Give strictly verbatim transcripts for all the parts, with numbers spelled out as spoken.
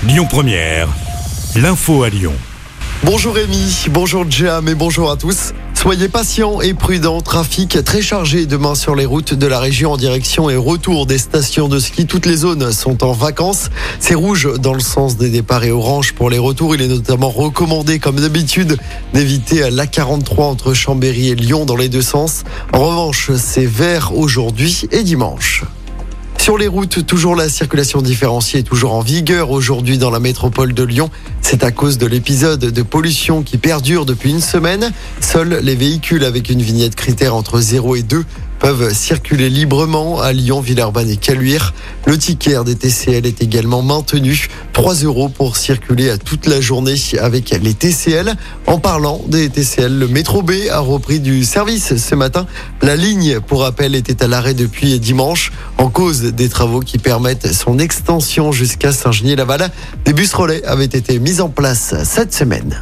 Lyon Première, l'info à Lyon. Bonjour Rémi, bonjour Jam et bonjour à tous. Soyez patients et prudents, trafic très chargé demain sur les routes de la région en direction et retour des stations de ski. Toutes les zones sont en vacances. C'est rouge dans le sens des départs et orange pour les retours. Il est notamment recommandé, comme d'habitude, d'éviter l'A quarante-trois entre Chambéry et Lyon dans les deux sens. En revanche, c'est vert aujourd'hui et dimanche. Sur les routes, toujours la circulation différenciée est toujours en vigueur aujourd'hui dans la métropole de Lyon. C'est à cause de l'épisode de pollution qui perdure depuis une semaine. Seuls les véhicules avec une vignette critère entre zéro et deux peuvent circuler librement à Lyon, Villeurbanne et Caluire. Le ticket des T C L est également maintenu. trois euros pour circuler à toute la journée avec les T C L. En parlant des T C L, le métro B a repris du service ce matin. La ligne, pour rappel, était à l'arrêt depuis dimanche en cause des travaux qui permettent son extension jusqu'à Saint-Genis-Laval. Des bus relais avaient été mis en place cette semaine.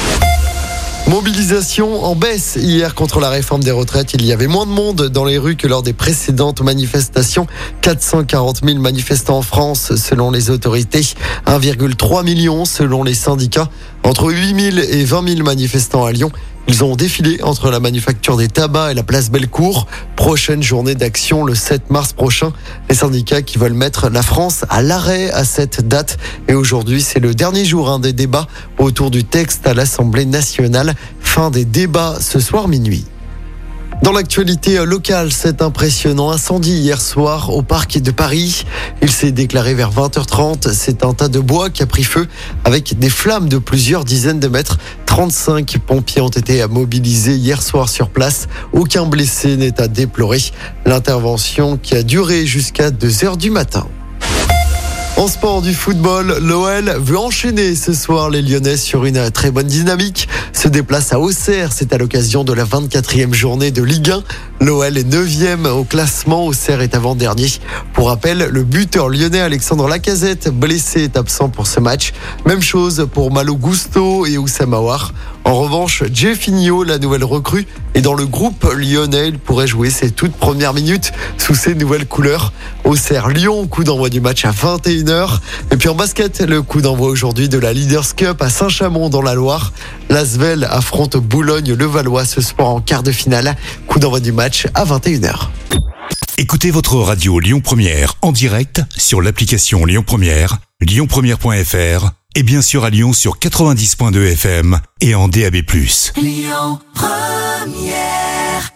Mobilisation en baisse hier contre la réforme des retraites. Il y avait moins de monde dans les rues que lors des précédentes manifestations. quatre cent quarante mille manifestants en France selon les autorités. un virgule trois million selon les syndicats. Entre huit mille et vingt mille manifestants à Lyon. Ils ont défilé entre la manufacture des tabacs et la place Bellecour. Prochaine journée d'action le sept mars prochain. Les syndicats qui veulent mettre la France à l'arrêt à cette date. Et aujourd'hui, c'est le dernier jour hein, des débats autour du texte à l'Assemblée nationale. Fin des débats ce soir minuit. Dans l'actualité locale, cet impressionnant incendie hier soir au parc de Paris. Il s'est déclaré vers vingt heures trente. C'est un tas de bois qui a pris feu avec des flammes de plusieurs dizaines de mètres. trente-cinq pompiers ont été mobilisés hier soir sur place. Aucun blessé n'est à déplorer. L'intervention qui a duré jusqu'à deux heures du matin. En sport du football, l'O L veut enchaîner ce soir. Les Lyonnais sur une très bonne dynamique se déplacent à Auxerre. C'est à l'occasion de la vingt-quatrième journée de Ligue un. L'O L est neuvième au classement. Auxerre est avant-dernier. Pour rappel, le buteur lyonnais Alexandre Lacazette, blessé, est absent pour ce match. Même chose pour Malo Gusto et Oussama Aouar. En revanche, Jeffinho, la nouvelle recrue, est dans le groupe lyonnais. Il pourrait jouer ses toutes premières minutes sous ses nouvelles couleurs. Auxerre-Lyon, coup d'envoi du match à vingt et une heures. Et puis en basket, le coup d'envoi aujourd'hui de la Leaders Cup à Saint-Chamond dans la Loire. L'Asvel affronte Boulogne-le-Valois ce soir en quart de finale. Coup d'envoi du match à vingt et une heures. Écoutez votre radio Lyon Première en direct sur l'application Lyon Première, lyon première point f r et bien sûr à Lyon sur quatre-vingt-dix point deux F M et en D A B plus. Lyon Première.